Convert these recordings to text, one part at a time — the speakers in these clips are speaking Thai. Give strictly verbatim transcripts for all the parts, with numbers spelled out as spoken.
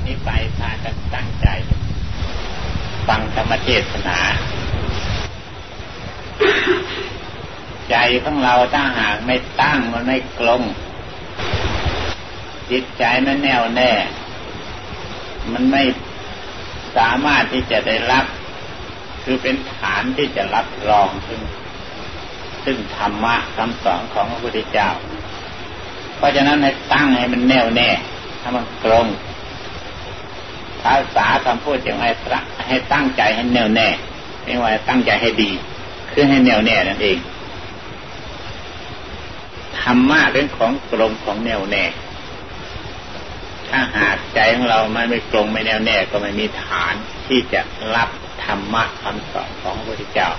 นี้ไปพากันตั้งใจฟังธรรมเทศนาใจของเราถ้าหากไม่ตั้งมันไม่กลมจิตใจมันแน่วแน่มันไม่สามารถที่จะได้รับคือเป็นฐานที่จะรับรองซึ่งซึ่งธรรมะคำสอนของพระพุทธเจ้าเพราะฉะนั้นให้ตั้งให้มันแน่วแน่ให้มันตรงภาษาคำพูดอย่างไรให้ตั้งใจให้แน่วแน่ไม่ว่าตั้งใจให้ดีคือให้แน่วแน่นั่นเองธรรมะเป็นของตรงของแน่วแน่ถ้าหากใจของเราไม่ไม่ตรงไม่แน่วแน่ก็ไม่มีฐานที่จะรับธรรมะคำสอนของพระพุทธเจ้า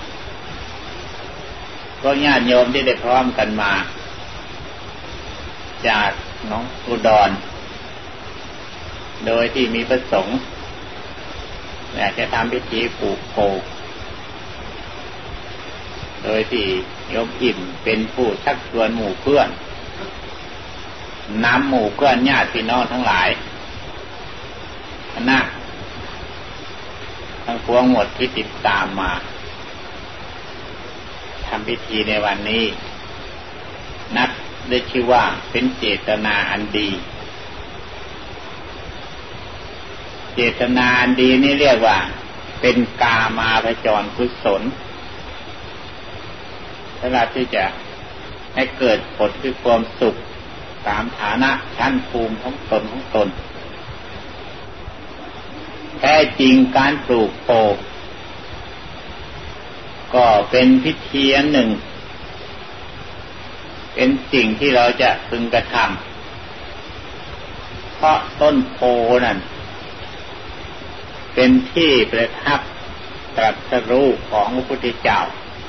ก็ญาติโยมที่ได้พร้อมกันมาจากน้องอุดรโดยที่มีประสงค์อยากจะทำพิธีปลูกโพโดยที่โยมอิ่มเป็นผู้ชักชวนหมู่เพื่อนนำหมู่เพื่อนญาติพี่น้องทั้งหลายคณะทั้งพวงหมดที่ติดตามมาทำพิธีในวันนี้นับได้ชื่อว่าเป็นเจตนาอันดีเจตนาอันดีนี่เรียกว่าเป็นกามาพจรกุศลสำหรับที่จะให้เกิดผลคือความสุขตามฐานะชั้นภูมิของตนของตนแท้จริงการปลูกโพก็เป็นพิธีอันหนึ่งเป็นสิ่งที่เราจะพึงกระทำเพราะต้นโพนั่นเป็นที่ประทับตรัสรู้ของพระพุทธเจ้า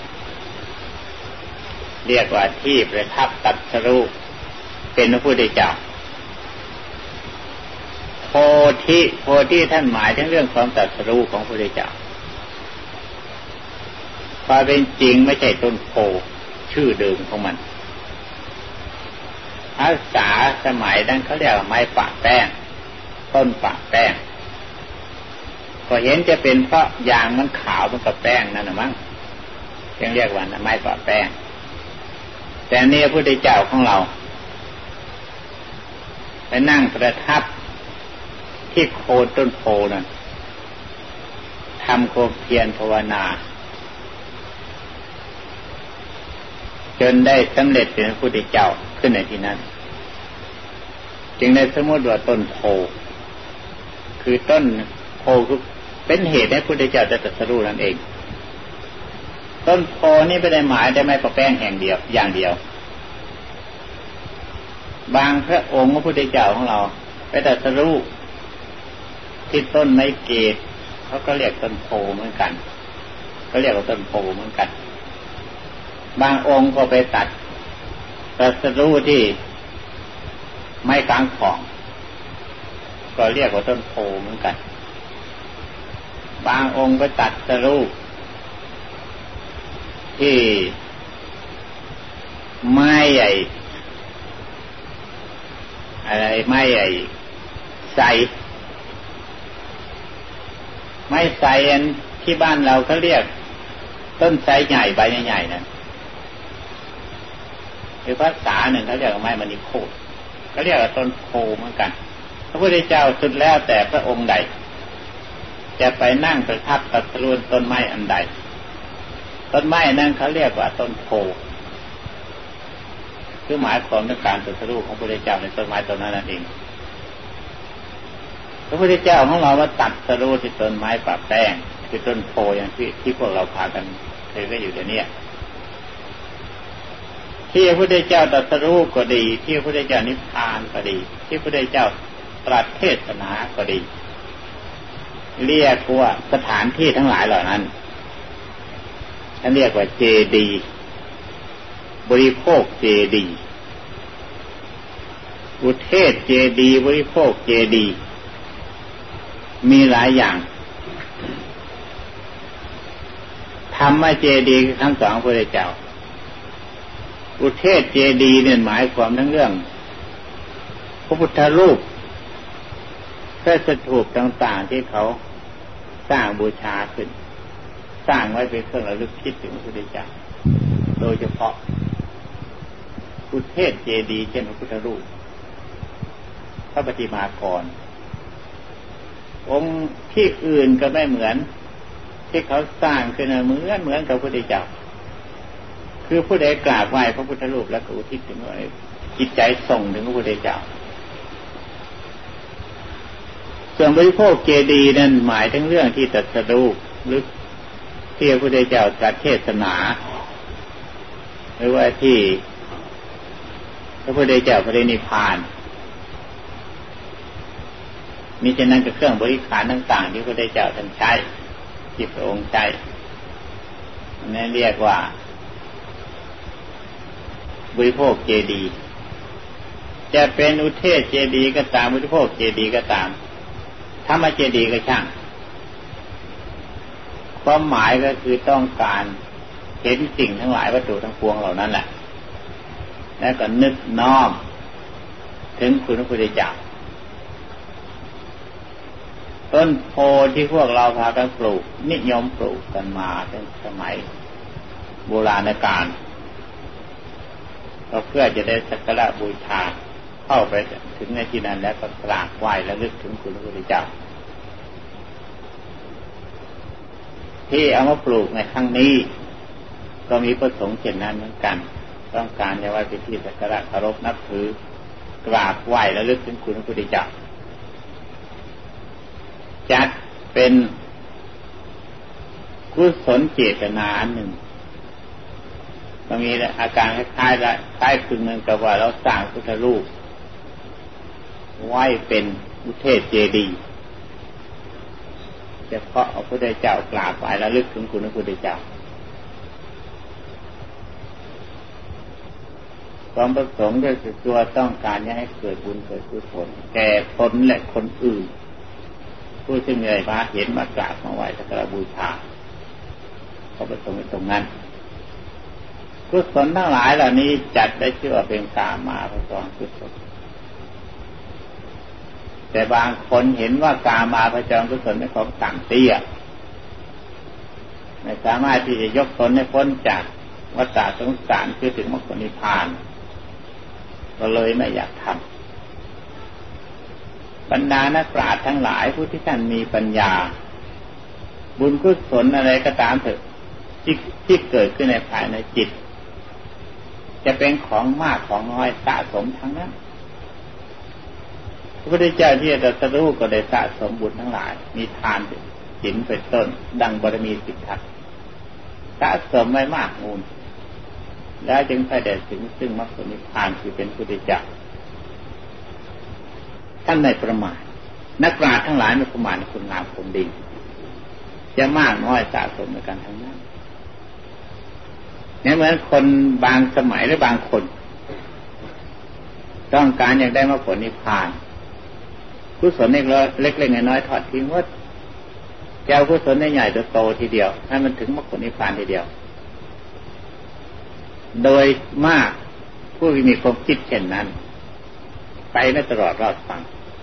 เรียกว่าที่ประทับตรัสรู้เป็นพระพุทธเจ้าโพธิโพธิท่านหมายถึงเรื่องความตรัสรู้ของพระพุทธเจ้าความเป็นจริงไม่ใช่ต้นโพชื่อเดิมของมันภาษาสมัยนั้นเขาเรียกว่าไม้ปะแป้งต้นปะแป้งก็เห็นจะเป็นเพราะยางมันขาวมันกับแป้งนั่นน่ะมั้งยังเรียกว่าไม้ปะแป้งแต่นี่พระพุทธเจ้าของเราไปนั่งประทับที่โคนต้นโพนั่นทำความเพียรภาวนาจนได้สำเร็จเป็นพระพุทธเจ้าขึ้นในที่นั้นจึงได้สมมติว่าต้นโพคือต้นโพคือเป็นเหตุให้พระพุทธเจ้าจะตรัสรู้นั่นเองต้นโพนี่ไม่ได้หมายได้ไม่ประแป้งแห่งเดียวอย่างเดียวบางพระองค์พระพุทธเจ้าของเราไปตรัสรู้ที่ต้นไม้เกศเขาก็เรียกต้นโพเหมือนกันเขาเรียกว่าต้นโพเหมือนกันบางองค์ก็ไปตัดตรัสรู้ที่ไม้กางของก็เรียกว่าต้นโพเหมือนกันบางองค์ไปตัดตรัสรู้ที่ไม้ใหญ่อะไรไม้ใหญ่ไทรไม้ไทรอันที่บ้านเราเขาเรียกต้นไทรใหญ่ใบใหญ่ๆนั่นหรือภาษาหนึ่งเขาเรียกว่าไม้มณีโคตรเขาเรียกว่าต้นโพเหมือนกันพระพุทธเจ้าสุดแล้วแต่พระองค์ใดจะไปนั่งประทับตรัสรู้ต้นไม้อันใดต้นไม้นั่นเขาเรียกว่าต้นโพคือหมายความในการตรัสรู้ของพระพุทธเจ้าในต้นไม้ต้นนั้นนั่นเองพระพุทธเจ้าของเราว่าตรัสรู้ที่ต้นไม้ปะแป้งคือต้นโพอย่างที่ที่พวกเราพากันเคยได้อยู่เดี๋ยวนี้ที่พระพุทธเจ้าตรัสรู้ก็ดีที่พระพุทธเจ้านิพพานก็ดีที่พระพุทธเจ้าตรัสเทศนาก็ดีเรียกว่าสถานที่ทั้งหลายเหล่านั้นท่านเรียกว่าเจดีย์บริโภคเจดีย์อุเทศเจดีย์บริโภคเจดีย์มีหลายอย่างธรรมเจดีย์ทั้งสองพระพุทธเจ้าอุเทศเจดีย์เนี่ยหมายความทั้งเรื่องพระพุทธรูปพระสถูปต่างๆที่เขาสร้างบูชาขึ้นสร้างไว้เป็นเครื่องระลึกคิดถึงพระพุทธเจ้าโดยเฉพาะพุทธเทศเจดีย์เช่นพระพุทธรูปพระปฏิมากรองค์ที่อื่นก็ไม่เหมือนที่เขาสร้างขึ้นเหมือนเหมือนกับพระพุทธเจ้าคือผู้ใดกราบไหว้พระพุทธรูปแล้วก็อุทิศถึงว่าจิตใจส่งถึงพระพุทธเจ้าส่วนบริโภคเจดีย์นั้นหมายถึงเรื่องที่ตรัสรู้หรือที่พระพุทธเจ้าตรัสเทศนาหรือว่าที่พระพุทธเจ้าปรินิพพานมิฉะนั้นก็เครื่องบริขารต่างๆที่พระพุทธเจ้าท่านใช้ที่พระองค์ใช้นั่นเรียกว่าบริโภคเจดีย์จะเป็นอุเทศเจดีย์ก็ตามบริโภคเจดีย์ก็ตามธรรมเจดีย์ก็ช่างความหมายก็คือต้องการเห็นสิ่งทั้งหลายวัตถุทั้งปวงเหล่านั้นแหละแล้วก็นึกน้อมถึงคุณพระพุทธเจ้าต้นโพที่พวกเราพากันปลูกนิยมปลูกกันมาตั้งสมัยโบราณกาลก็เพื่อจะได้สักการะบูชาเข้าไปถึงในที่นั้นแล้วก็กราบไหว้และลึกถึงคุณพระพุทธเจ้าที่เอามาปลูกในครั้งนี้ก็มีประสงค์เช่นนั้นเหมือนกันต้องการจะไว้เป็นที่สักการะเคารพนับถือกราบไหว้และลึกถึงคุณพระพุทธเจ้าจัดเป็นกุศลเจตนาอันหนึ่งมันมีอาการคล้ายๆคล้ายคลึงนึงกับว่าเราสร้างพุทธรูปไว้เป็นอุเทศเจดีย์เฉพาะเอาพระพุทธเจ้ากราบไหว้และลึกถึงคุณพระพุทธเจ้าความประสงค์ก็คือตัวต้องการให้เกิดบุญเกิดกุศลแก่ตนและคนอื่นผู้ที่เหนื่อยมาเห็นมากราบมาไหว้สักการะบูชาเขาประสงค์ตรงนั้นกุศลทั้งหลายเหล่านี้จัดได้ชื่อว่าเป็นกามาพจรกุศลแต่บางคนเห็นว่ากามาพจรกุศลเป็นของต่ำเตี้ยไม่สามารถที่จะยกตนให้พ้นจากวัฏสงสารคือถึงมรรคผลนิพพานก็เลยไม่อยากทำบรรดานักปราชญ์ทั้งหลายผู้ที่ท่านมีปัญญาบุญกุศลอะไรก็ตามเถอะที่ที่เกิดขึ้นในภายในจิตจะเป็นของมากของน้อยสะสมทั้งนั้นพระพุทธเจ้าที่ตรัสรู้ก็ได้สะสมบุญทั้งหลายมีทานศีลเป็นต้นดังบารมีสิบทัศน์สะสมไว้มากมูลแล้วจึงไปได้ถึงซึ่งมรรคผลนิพพานคือเป็นพระพุทธเจ้าท่านไม่ประมาทนักปราชญ์ทั้งหลายไม่ประมาทในคุณงามความดีจะมากน้อยสะสมในการทั้งนั้นเนี่ยเหมือนคนบางสมัยหรือบางคนต้องการอยากได้มรรคผลนิพพานกุศลเล็กๆน้อยๆทอดทิ้งว่าจะเอากุศลใหญ่ๆโตๆทีเดียวให้มันถึงมรรคผลนิพพานทีเดียวโดยมากผู้ที่มีความคิดเช่นนั้นไปไม่ตลอดรอดฟัง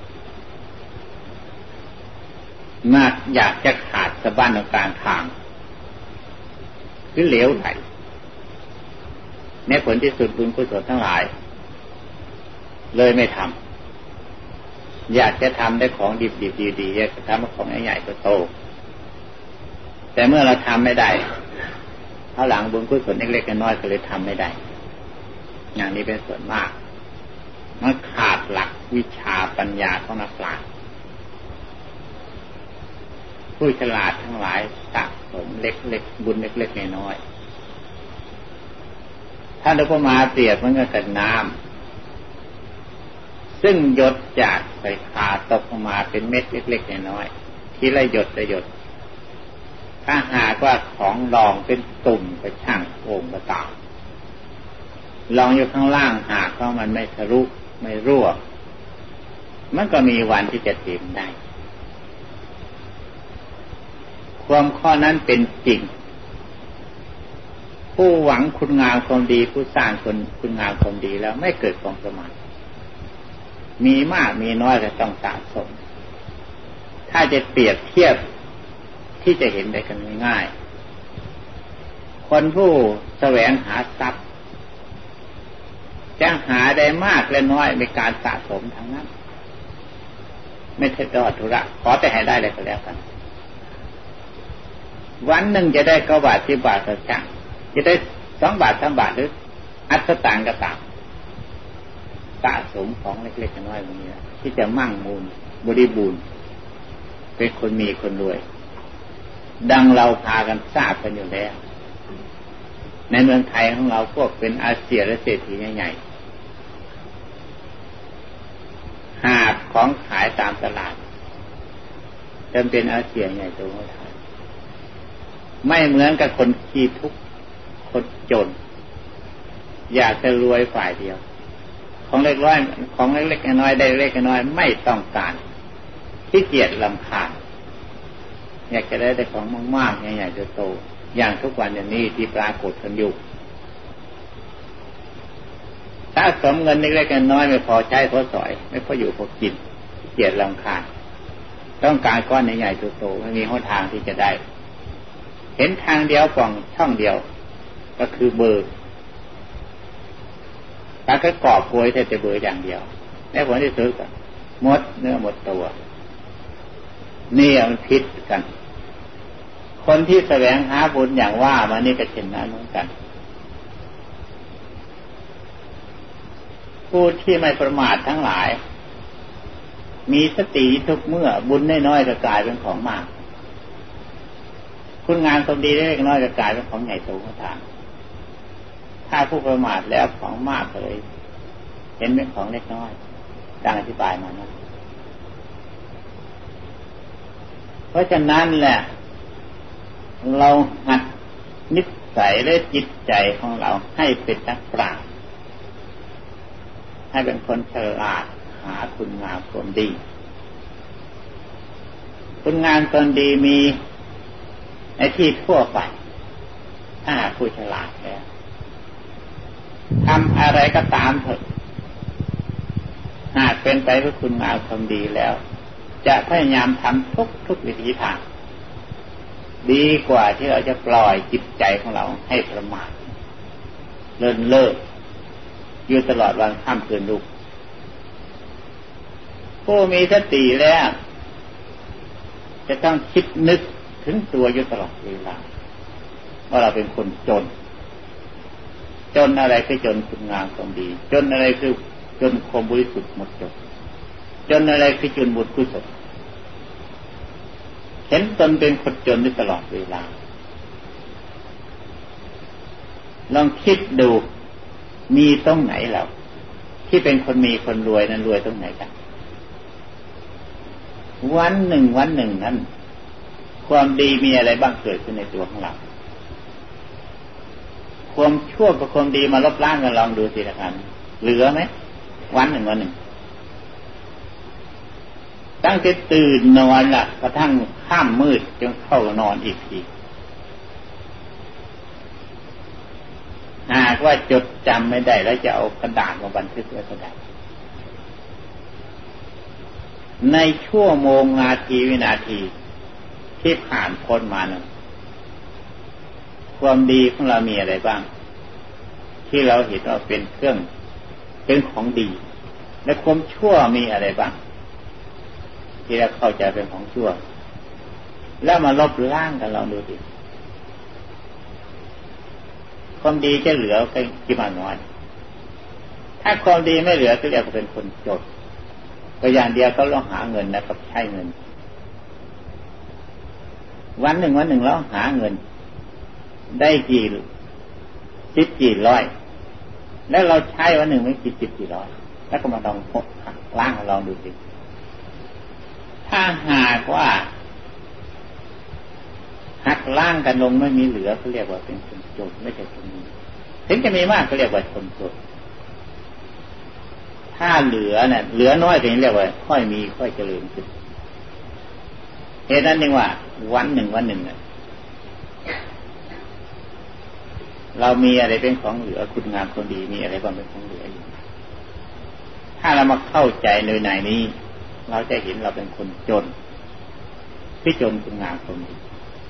มากอยากจะขาดสะบั้นตรงกลางทางคือเหลวไหลในผลที่สุดบุญกุศลทั้งหลายเลยไม่ทำอยากจะทำได้ของดิบๆดีๆอยากจะทำของใหญ่ๆโตๆแต่เมื่อเราทำไม่ได้เท่าหลังบุญกุศลเล็กๆน้อยๆก็เลยทำไม่ได้อย่างนี้เป็นส่วนมากมันขาดหลักวิชาปัญญาของนักปราชญ์ผู้ฉลาดทั้งหลายสะสมเล็กๆบุญเล็กๆน้อยๆถ้าเราพอมาเปรียบมันก็กับน้ำซึ่งหยดจากใส่ขาตกลงมาเป็นเม็ดเล็กๆน้อยๆทีละหยดละหยดถ้าหากว่าของรองเป็นตุ่มไปช่างโอ่งก็ตามลองอยู่ข้างล่างหากว่ามันไม่ทะลุไม่รั่วมันก็มีวันที่จะเต็มได้ความข้อนั้นเป็นจริงผู้หวังคุณงามความดีผู้สร้างคนคุณงามความดีแล้วไม่เกิดความประมาทมีมากมีน้อยก็ต้องสะสมถ้าจะเปรียบเทียบที่จะเห็นได้กันง่ายๆคนผู้แสวงหาทรัพย์จะหาได้มากและน้อยในการสะสมทั้งนั้นไม่ใช่ตลอดทุระขอแต่ให้ได้เลยก็แล้วกันวันหนึ่งจะได้เก้าบาทสิบบาทสักจังจะได้สองบาทสามบาทหรืออัตตางก็ตามสะสมของเล็กๆน้อยๆพวกนี้ที่จะมั่งมูลบริบูรณ์เป็นคนมีคนรวยดังเราพากันทราบกันอยู่แล้วในเมืองไทยของเราพวกเป็นอาเซียและเศรษฐีใหญ่ๆหาบของขายตามตลาดจำเป็นอาเซียใหญ่โตเท่าไหร่ไม่เหมือนกับคนขี้ทุกข์คนจนอยากจะรวยฝ่ายเดียวของเล็กน้อยของเล็กๆน้อยได้เล็กน้อยไม่ต้องการขี้เกียจรำคาญอยากจะได้แต่ของมากๆใหญ่ๆโตๆอย่างทุกวันอย่างนี้ที่ปรากฏกันอยู่ถ้าสมเงินเล็กๆน้อยไม่พอใช้พอสอยไม่พออยู่พอกินขี้เกียจรำคาญต้องการก้อนใหญ่ๆโตๆไม่มีหนทางที่จะได้เห็นทางเดียวป่องช่องเดียวก็คือเบอร์ถ้าก็กอบโกยแต่จะเบอร์อย่างเดียวแล้วผลที่สุดก็หมดเนื้อหมดตัวนี่มันผิดกันคนที่แสวงหาบุญอย่างว่ามานี่ก็เช่นนั้นเหมือนกันผู้ที่ไม่ประมาททั้งหลายมีสติทุกเมื่อบุญน้อยๆก็กลายเป็นของมากคุณงานความดีเล็กน้อยก็กลายเป็นของใหญ่โตกว่าทางถ้าผู้ประมาทแล้วของมากเลยเห็นเป็นของเล็กน้อยดังอธิบายมานะเพราะฉะนั้นแหละเราหัดนิสัยและจิตใจของเราให้เป็นนักปราชญ์ให้เป็นคนฉลาดหาคุณงามความดีคุณงามความดีมีในที่ทั่วไปถ้าผู้ฉลาดแล้วทำอะไรก็ตามเถอะหากเป็นไปเพื่อคุณงามความดีแล้วจะพยายามทำทุกทุกวิธีทางดีกว่าที่เราจะปล่อยจิตใจของเราให้ประมาทเลินเล่ออยู่ตลอดวันค่ำคืนลุกผู้มีสติแล้วจะต้องคิดนึกถึงตัวอยู่ตลอดเวลาว่าเราเป็นคนจนจนอะไรคือจนคุณงามความดีจนอะไรคือจนความบริสุทธิ์หมดจดจนอะไรคือจนบุญกุศลเห็นตนเป็นคนจนอยู่ตลอดเวลาลองคิดดูมีตรงไหนเราที่เป็นคนมีคนรวยนั้นรวยตรงไหนกันวันหนึ่งวันหนึ่งนั้นความดีมีอะไรบ้างเกิดขึ้นในตัวของเราความชั่วกับความดีมาลบล้างกันลองดูสิละกันเหลือไหมวันหนึ่งวันหนึ่งตั้งแต่ตื่นนอนละกระทั่งค่ำมืดจนเข้านอนอีกทีหากว่าจดจำไม่ได้แล้วจะเอากระดาษมาบันทึกไว้ก็ได้ในชั่วโมงนาทีวินาทีที่ผ่านพ้นมานั้นความดีของเรามีอะไรบ้างที่เราเห็นว่าเป็นเครื่องเป็นของดีและความชั่วมีอะไรบ้างที่เราเข้าใจเป็นของชั่วแล้วมาลบล้างกันลองดูดิความดีจะเหลือแค่กี่บาทน้อยถ้าความดีไม่เหลือก็เรียกว่าเป็นคนจนก็อย่างเดียวก็ต้องหาเงินนะครับใช้เงินวันหนึ่งวันหนึ่งเราหาเงินได้กี่สิบกี่ร้อยแล้วเราใช้วันหนึ่งไม่กี่สิบกี่ร้อยแล้วก็มาลองล้างลองดูสิถ้าหากว่าหักล้างกันลงไม่มีเหลือเขาเรียกว่าเป็นคนจนไม่ใช่คนมีถึงจะมีมากก็เรียกว่าคนจนถ้าเหลือเนี่ยเหลือน้อยถึงเรียกว่าค่อยมีค่อยเจริญขึ้นเหตุนั้นเองว่าวันหนึ่งวันหนึ่งเนี่ยเรามีอะไรเป็นของเหลือคุณงามความดีมีอะไรบ้างเป็นของเหลืออยู่ถ้าเรามาเข้าใจในในนี้เราจะเห็นเราเป็นคนจนพิจารณาคุณงามความดี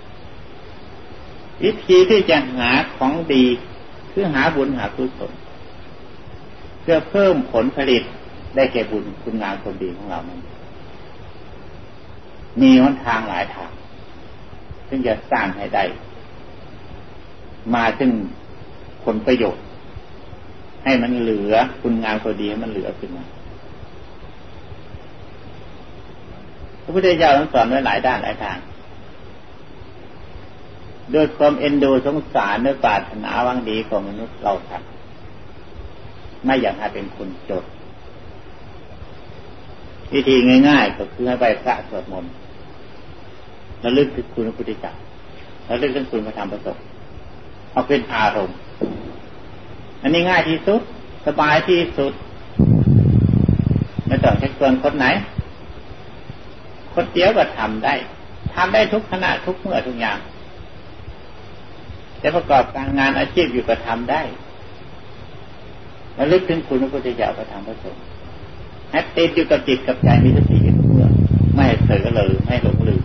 วิธีที่จะหาของดีคือหาบุญหากุศลเพื่อเพิ่มผลผลิตได้แก่บุญคุณงามความดีของเรานั้นมีหนทางหลายทางซึ่งจะสร้างให้ได้มาซึ่งผลประโยชน์ให้มันเหลือคุณงามความดีให้มันเหลือขึ้นมาพระพุทธเจ้าสอนไว้หลายด้านหลายทางด้วยความเอ็นดูสงสารด้วยปรารถนาหวังดีของมนุษย์เราทั้งไม่อยากให้เป็นคนจนวิธีง่ายๆก็คือให้ไปพระสวดมนต์ระลึกถึงคุณพระพุทธเจ้าระลึกถึงคุณพระธรรมพระสงฆ์เอาเป็นอารมณ์อันนี้ง่ายที่สุดสบายที่สุดไม่ต้องใช้ส่วนคนไหนคนเดียวก็ทำได้ทำได้ทุกขณะทุกเมื่อทุกอย่างแต่ประกอบการงานอาชีพอยู่ก็ทำได้ระลึกถึงคุณพระพุทธเจ้าพระธรรมพระสงฆ์ให้ติดอยู่กับจิตกับใจมีสติอยู่ทุกเมื่อไม่เผลอเลยไม่หลงลืม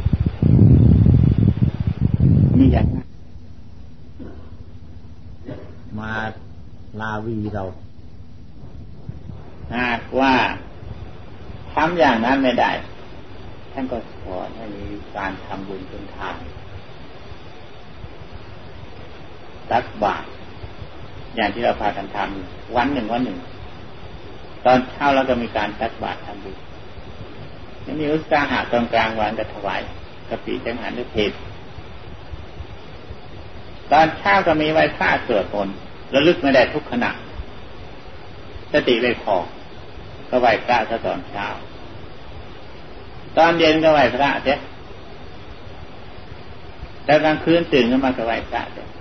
นี่อย่างนั้นมาลาวีเราหากว่าทำอย่างนั้นไม่ได้ท่านก็สอนให้มีการทำบุญเป็นทานตักบาตรอย่างที่เราพากันทำวันหนึ่งวันหนึ่งตอนเช้าเราก็มีการตักบาตรทำบุญนี่มีอุตสาหะตอนกลางวันก็ถวายกะปิจังหันด้วยเพลตอนเช้าก็มีไหว้พระสวดมนต์ระลึกไม่ได้ทุกขณะสติไม่พอก็ไหว้พระซะตอนเช้าตอนเย็นก็ไหว้พระเจ้แต่กลางคืนตื่นขึ้นมาก็ไหว้พระเจ้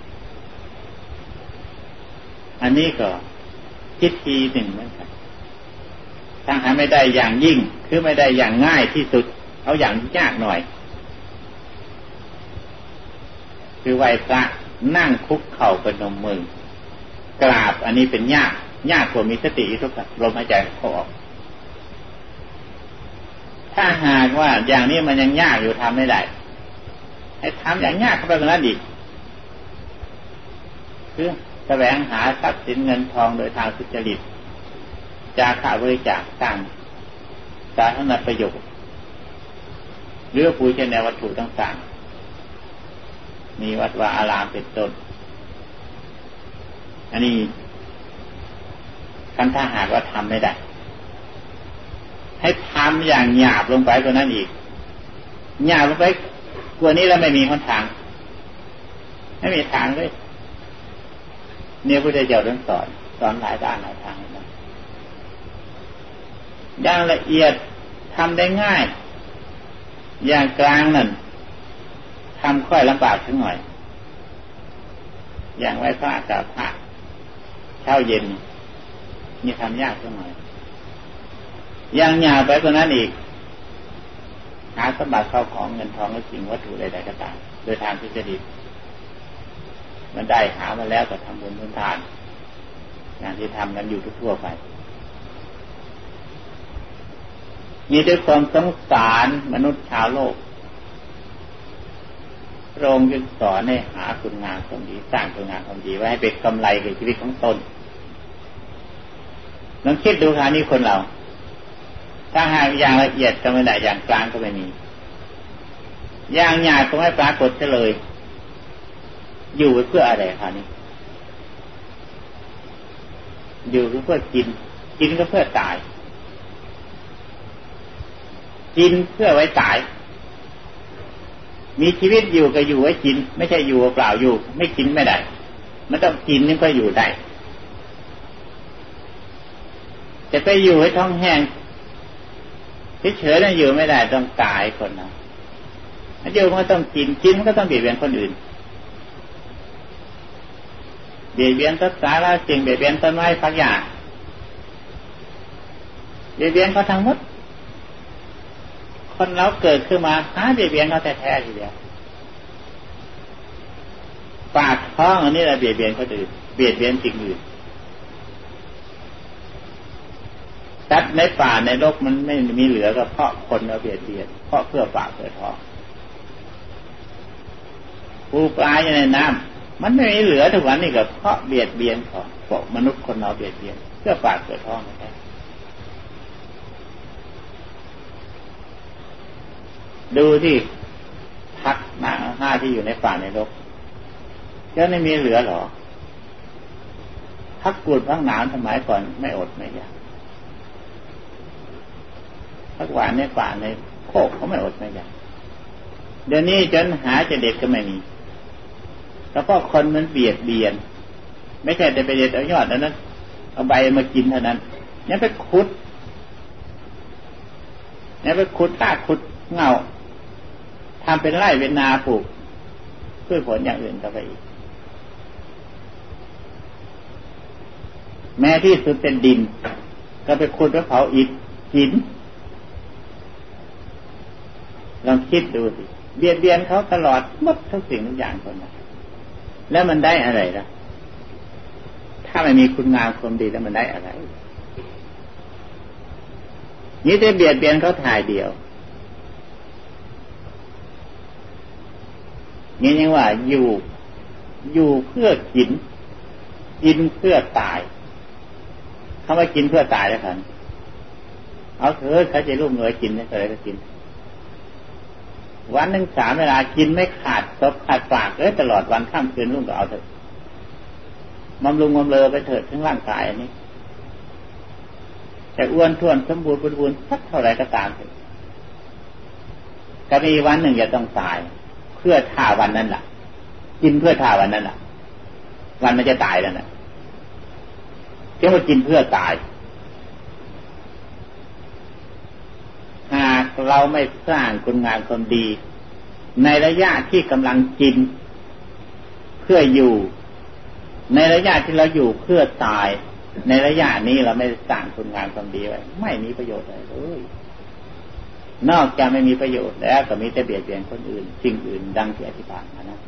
อันนี้ก็พิธีหนึ่งเหมือนกันถ้าหาไม่ได้อย่างยิ่งคือไม่ได้อย่างง่ายที่สุดเอาอย่างยากหน่อยคือไหว้พระนั่งคุกเข่าประนมมือกราบอันนี้เป็นยากยากกว่ามีสติทุกข์ลมหายใจเข้าออกถ้าหากว่าอย่างนี้มันยังยากอยู่ทำไม่ได้ให้ทำอย่างยากเข้าไปกว่านั้นอีกคือแสวงหาทรัพย์สินเงินทองโดยทางสุจริตจาคะบริจาคสร้างสาธารณประโยชน์หรือปูชนียวัตถุต่างๆมีวัดวาอารามเป็นต้นอันนี้คันถ้าหากว่าทำไม่ได้ให้ทำอย่างหยาบลงไปกว่านั้นอีกหยาบลงไปกว่านี้แล้วไม่มีหนทางไม่มีทางเลยเนี่ยพระพุทธเจ้าท่านสอนสอนหลายด้านหลายทางนะอย่างละเอียดทำได้ง่ายอย่างกลางนั่นทำค่อยลำบากสักหน่อยอย่างไหว้พระกับพระเช้าเย็นนี่ทำยากสักหน่อยอย่างหยาบไปกว่านั้นอีกหาสมบัติเข้าของเงินทองและสิ่งวัตถุใดๆก็ตามโดยทางที่จะดีมันได้หามาแล้วก็ทำบุญทำทานอย่างที่ทำกันอยู่ทั่วไปมีด้วยความสงสารมนุษย์ชาวโลกพระองค์จึงสอนให้หาคุณงามความดีสร้างคุณงามความดีไว้ให้เป็นกำไรแก่ชีวิตของตนลองคิดดูค่ะนี่คนเราถ้าหากอย่างละเอียดก็ไม่ได้อย่างกลางก็ไม่มีอย่างหยาบก็ไม่ปรากฏเลยอยู่เพื่ออะไรคะนี่อยู่เพื่อกินกินก็เพื่อตายกินเพื่อไว้ตายมีชีวิตอยู่ก็อยู่ไว้กินไม่ใช่อยู่เปล่าอยู่ไม่กินไม่ได้มันต้องกินนึงก็อยู่ได้จะไปอยู่ให้ท้องแห้งเฉยๆนั่นอยู่ไม่ได้ต้องตายคนนะถ้าอยู่มันก็ต้องกินกินมันก็ต้องเบียดเบียนคนอื่นเบียดเบียนสัตว์สาระสิ่งเบียดเบียนต้นไม้พักหญ้าเบียดเบียนเขาทั้งหมดคนเราเกิดขึ้นมาหาเบียดเบียนเขาแท้ๆทีเดียวปากท้องอันนี้แหละเบียดเบียนคนอื่นเบียดเบียนสิ่งอื่นสัตว์ในป่าในโลกมันไม่มีเหลือก็เพราะคนเราเบียดเบียนเพราะเพื่อปากเพื่อท้องปูปลาอยู่ในน้ำมันไม่มีเหลือทุกวันนี่ก็เพราะเบียดเบียนของพวกมนุษย์คนเราเบียดเบียนเพื่อปากเพื่อท้องนะดูที่พักหน้าห้าที่อยู่ในป่าในรกจะไม่มีเหลือหรอพักกูดพักหนาวสมัยก่อนไม่อดไม่อยากพักหวานในป่าในโคกเขาไม่อดไม่อยากเดี๋ยวนี้จนหาจะเด็ดก็ไม่มีแล้วก็คนมันเบียดเบียนไม่ใช่แต่ไปเด็ดเอายอดแล้วนั้นเอาใบมากินเท่านั้นนี่ไปขุดนี่ไปขุดรากขุดเงาทำเป็นไร่เป็นนาปลูกเพื่อผลอย่างอื่นต่อไปอีกแม้ที่สุดเป็นดินก็ไปขุดไปเผาอิฐหินลองคิดดูสิเบียดเบียนเขาตลอดหมดทุกสิ่งทุกอย่างคนนั้นแล้วมันได้อะไรล่ะถ้าไม่มีคุณงามความดีแล้วมันได้อะไรนี่จะเบียดเบียนเขาถ่ายเดียวนี่ยังว่าอยู่อยู่เพื่อกินกินเพื่อตายเขาไม่กินเพื่อตายแล้วกันเอาเถอะเขาจะรุ่มรวยกินได้อะไรก็กินวันหนึ่งสามเวลากินไม่ขาดศพขาดปากเลยตลอดวันข้ามคืนรุ่งก็เอาเถอะบำรุงบำเรอไปเถิดทั้งร่างกายอันนี้แต่อ้วนท้วนสมบูรณ์บริบูรณ์สักเท่าไรก็ตามเถอะก็มีวันหนึ่งจะต้องตายเพื่อท่าวันนั้นล่ะกินเพื่อท่าวันนั้นล่ะวันมันจะตายแล้วน่ะเรียกว่ากินเพื่อตายหากเราไม่สร้างคุณงามความดีในระยะที่กำลังกินเพื่ออยู่ในระยะที่เราอยู่เพื่อตายในระยะนี้เราไม่สร้างคุณงามความดีไว้ไม่มีประโยชน์อะไรเลยนอกจากไม่มีประโยชน์แล้วก็มีแต่เบียดเบียนคนอื่นสิ่งอื่นดังที่อธิบายมานะ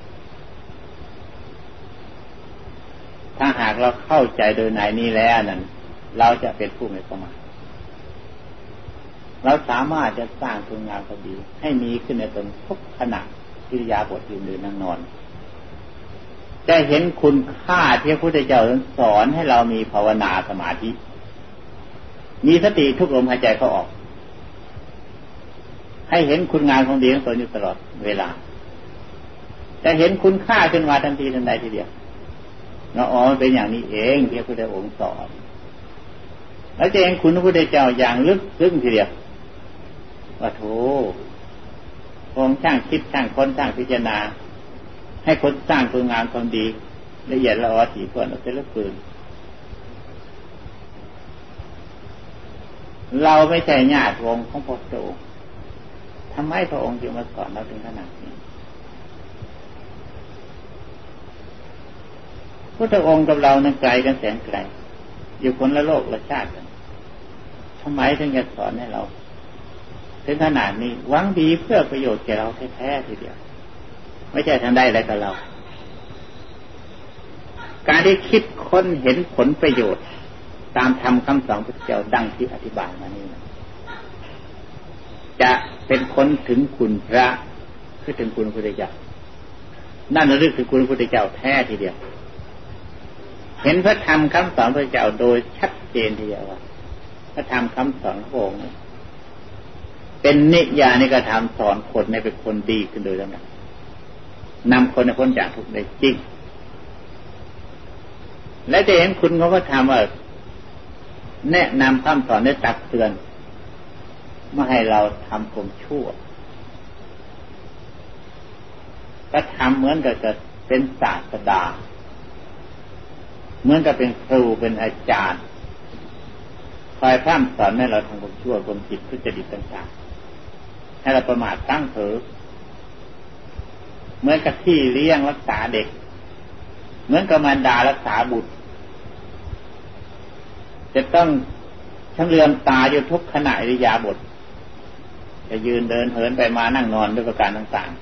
ถ้าหากเราเข้าใจโดยในนี้แล้วนั้นเราจะเป็นผู้ไม่ประมาทเราสามารถจะสร้างคุณงามความดีให้มีขึ้นในตนทุกขณะอิริยาบถยืนเดินนั่งนอนจะเห็นคุณค่าที่พระพุทธเจ้าสอนให้เรามีภาวนาสมาธิมีสติทุกลมหายใจเข้าออกให้เห็นคุณงามความดีของตนอยู่ตลอดเวลาจะเห็นคุณค่าขึ้นมาทันทีทันใดทีเดียวเนาะอ๋อมันเป็นอย่างนี้เองที่พระพุทธองค์สอนแล้วจะเห็นคุณพระพุทธเจ้าอย่างลึกซึ้งทีเดียวว่าโธ่องค์ช่างคิดช่างค้นช่างพิจารณาให้คนสร้างคุณงามความดีละเอียดละออถี่ถ้วนเอาเสียเหลือเกินเราไม่ใช่ญาติวงของพระพุทธองค์ทำไมพระองค์จึงมาสอนเราถึงขนาดนี้พุทธองค์กับเรานั้นไกลกันแสนไกลอยู่คนละโลกละชาติกันทำไมถึงจะสอนให้เราถึงขนาดนี้หวังดีเพื่อประโยชน์แก่เราแท้ๆทีเดียวไม่ใช่ทำได้อะไรกับเราการที่คิดค้นเห็นผลประโยชน์ตามธรรมคำสอนพระเจ้าดังที่อธิบายมานี่จะเป็นคนถึงคุณพระคือถึงคุณพระพุทธเจ้านั่นระลึกถึงคุณพระพุทธเจ้าแท้ทีเดียวเห็นพระธรรมคำสอนพระเจ้าโดยชัดเจนทีเดียวว่าพระธรรมคำสอนของพระองค์เป็นนิยานิกระทำสอนคนให้เป็นคนดีขึ้นโดยลำดับนำคนให้พ้นจากทุกข์ได้จริงและจะเห็นคุณเขาก็ทำว่าแนะนำคำสอนได้ตักเตือนไม่ให้เราทำความชั่วก็ทำเหมือนกับจะเป็นศาสดาเหมือนกับเป็นครูเป็นอาจารย์คอยพร่ำสอนให้เราทำความชั่วความผิดทุจริตต่างๆให้เราประมาทตั้งเถอเหมือนกับที่เลี้ยงรักษาเด็กเหมือนกับมารดารักษาบุตรจะต้องชำเลืองตาอยู่ทุกขณะอิริยาบถจะยืนเดินเหินไปมานั่งนอนด้วยประการต่าง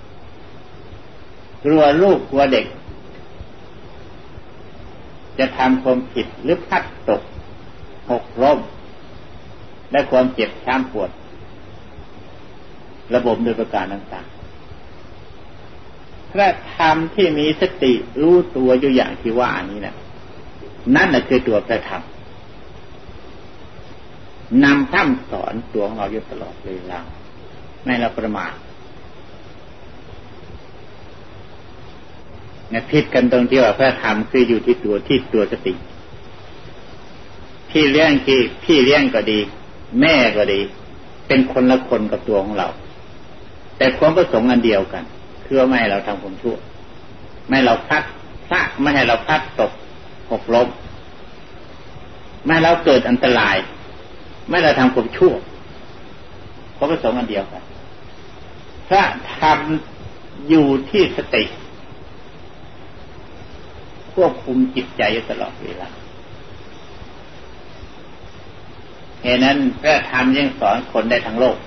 ๆกลัวลูกกลัวเด็กจะทำความผิดหรือพลัดตกหกล้มและความเจ็บช้ำปวดระบบด้วยประการต่างๆพระธรรมที่มีสติรู้ตัวอยู่อย่างที่ว่านี้นะนั่นแหละคือตัวพระธรรมนำธรรมสอนตัวของเราอยู่ตลอดเวลาไม่ละประมาทเนี่ยผิดกันตรงที่ว่าพระธรรมคืออยู่ที่ตัวที่ตัวสติพี่เลี้ยงที่พี่เลี้ยงก็ดีแม่ก็ดีเป็นคนละคนกับตัวของเราแต่ความประสงค์อันเดียวกันคือไม่ให้เราทำความชั่วไม่ให้เราพลัดพลาดไม่ให้เราพลัดตกหกล้มไม่ให้เราเกิดอันตรายไม่ให้เราทำความชั่วความประสงค์อันเดียวกันพระธรรมอยู่ที่สติควบคุมจิตใจอยู่ตลอดเวลาเหตุนั้นพระธรรมยังสอนคนได้ทั้งโลก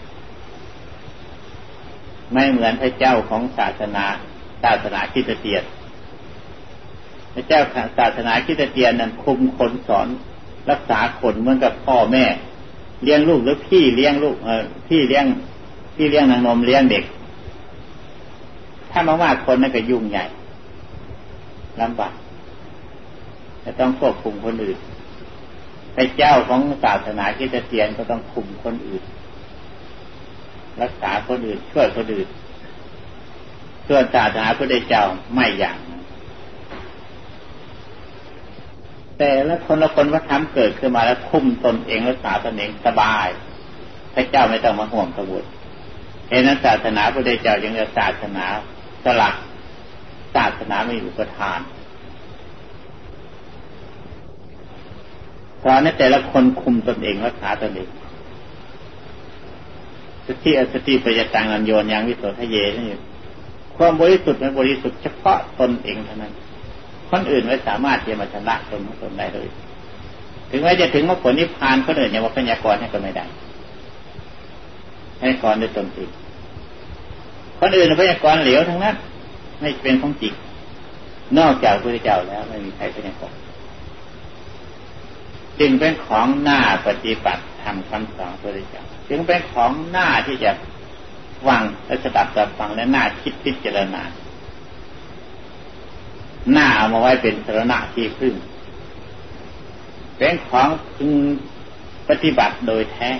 ไม่เหมือนพระเจ้าของศาสนาศาสนาคริสเตียนพระเจ้าศาสนาคริสเตียนนั้นคุมคนสอนรักษาคนเหมือนกับพ่อแม่เลี้ยงลูกหรือพี่เลี้ยงลูกเออพี่เลี้ยงพี่เลี้ยงนางนมเลี้ยงเด็กถ้ามากๆคนนั่นก็ยุ่งใหญ่ลำบากจะต้องควบคุมคนอื่นพระเจ้าของศาสนาคริสเตียนก็ต้องคุมคนอื่นรักษาคนอื่นช่วยคนอื่นส่วนศาสนาพระเจ้าไม่อย่างนั้นแต่ละคนละคนว่าทำเกิดขึ้นมาแล้วคุมตนเองรักษาตนเองสบายพระเจ้าไม่ต้องมาห่วงกบฏเพราะนั้นศาสนาพระเจ้ายังเป็นศาสนาสลักศาสนาไม่มีอุปทานเพราะนั้นแต่ละคนคุมตนเองรักษาตนเองสติอสติปัญญาตังอัญโยนยังวิโสทะเยนี่ความบริสุทธิ์มันบริสุทธิ์เฉพาะตนเองเท่านั้นคนอื่นไม่สามารถที่จะมาชำระตนของตนได้เลยถึงแม้จะถึงมรรคผลนิพพานคนอื่นยังว่าพยากรณ์ให้ก็ไม่ได้พยากรณ์ด้วยตนเองคนอื่นพยากรณ์เหลวทั้งนั้นไม่เป็นของจริงนอกจากพระเจ้าแล้วไม่มีใครพยากรณ์จึงเป็นของหน้าปฏิบัติทำคำสอนพระเจ้าจึงเป็นของหน้าที่จะฟังและสดับรับฟังและหน้าคิดพิจารณาหน้าเอามาไว้เป็นสรณะที่พึ่งเป็นของพึงปฏิบัติโดยแท้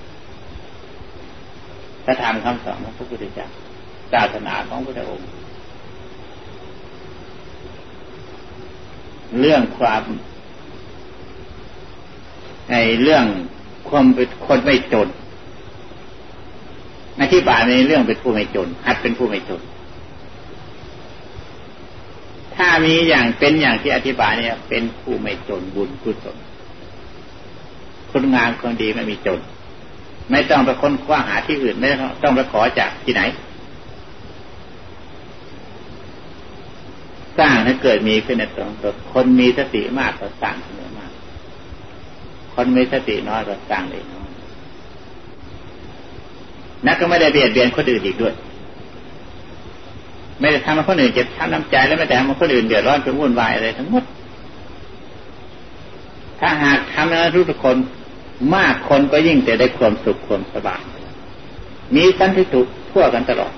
พระธรรมคำสอนของพระพุทธเจ้าศาสนาของพระองค์เรื่องความในเรื่องความเป็นคนไม่จนอธิบายในเรื่องเป็นผู้ไม่จนหัดเป็นผู้ไม่จนถ้ามีอย่างเป็นอย่างที่อธิบายเนี่ยเป็นผู้ไม่จนบุญกุศลคุณงามความดีไม่มีจนไม่ต้องไปค้นคว้าหาที่อื่นไม่ต้องไปขอจากที่ไหนสร้างให้เกิดมีขึ้นในตนตนคนมีสติมากก็สร้างเสมอมากคนมีสติน้อยก็สร้างได้น้อยนักก็ไม่ได้เบียดเบียนคนอื่นอีกด้วยไม่ได้ทำให้คนอื่นเจ็บช้ำน้ำใจแล้วไม่ได้ทำให้คนอื่นเดือดร้อนจนวุ่นวายอะไรทั้งหมดถ้าหากทำนั้นทุกคนมากคนก็ยิ่งจะได้ความสุขความสบายมีสันติสุขทั่วกันตลอด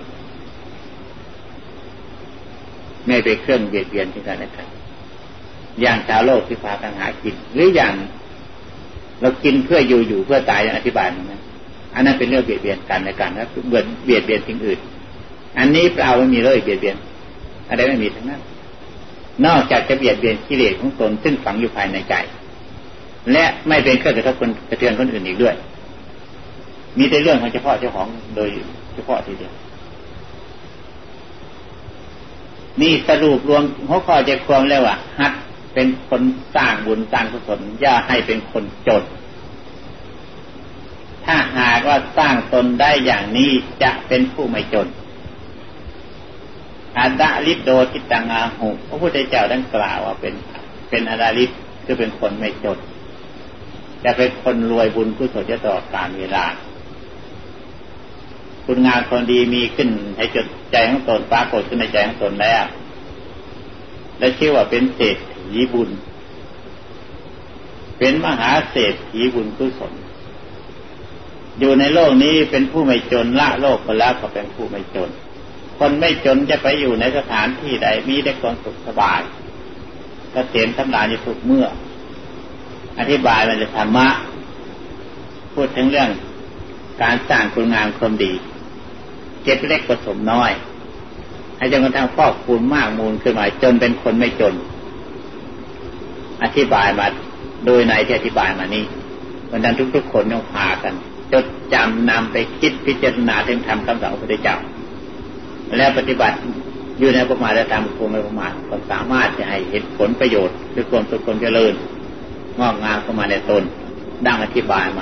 ไม่ไปเครื่องเบียดเบียนที่กันนะครับอย่างชาวโลกที่พากันหากินหรืออย่างเรากินเพื่ออยู่อยู่เพื่อตายอย่างอธิบายนั้นอันนั้นเป็นเรื่องเบียดเบียนกันในการนะเบียดเบียดเบียนสิ่งอื่นอันนี้เปล่าไม่มีเลยเบียดเบียนอะไรไม่มีทั้งนั้นนอกจากจะเบียดเบียนกิเลสของตนซึ่งฝังอยู่ภายในใจและไม่เป็นเครื่องกระทบคนกระเทือนคนอื่นอีกด้วยมีแต่เรื่องของเฉพาะเจ้าของโดยเฉพาะทีเดียวนี่สรุปรวมหัวข้อใจความแล้วว่าหัดเป็นคนสร้างบุญสร้างกุศลอย่าให้เป็นคนจนถ้าหากว่าสร้างตนได้อย่างนี้จะเป็นผู้ไม่จนอาดาลิโดทิตังอาหุพระพุทธเจ้าได้กล่าวว่าเป็นเป็นอาดาลิศคือเป็นคนไม่จนจะเป็นคนรวยบุญกุศลจะตลอดกาลเวลาคุณงามความดีมีขึ้นในจิตใจของตนปรากฏขึ้นในใจของตนแล้วและชื่อว่าเป็นเศรษฐีบุญเป็นมหาเศรษฐีบุญกุศลอยู่ในโลกนี้เป็นผู้ไม่จนละโลกไปแล้วก็เป็นผู้ไม่จนคนไม่จนจะไปอยู่ในสถานที่ใดมีแต่ความสุขสบายเกษมสำราญอยู่ทุกเมื่ออธิบายมันจะธรรมะพูดถึงเรื่องการสร้างคุณงามความดีเก็บเล็กผสมน้อยให้จนกระทั่งครอบคลุมมากมูลขึ้นมาจนเป็นคนไม่จนอธิบายมาโดยในที่อธิบายมานี้วันนั้นทุกๆคนต้องพากันจดจำนำไปคิดพิจารณาถึงธรรมคำสั่งของพระพุทธเจ้าแล้วปฏิบัติอยู่ในประมาทและธรรมภูมิประมาทก็สามารถจะให้เห็นผลประโยชน์คือความสุขความเจริญงอกงามเข้ามาในตนดังอธิบายมา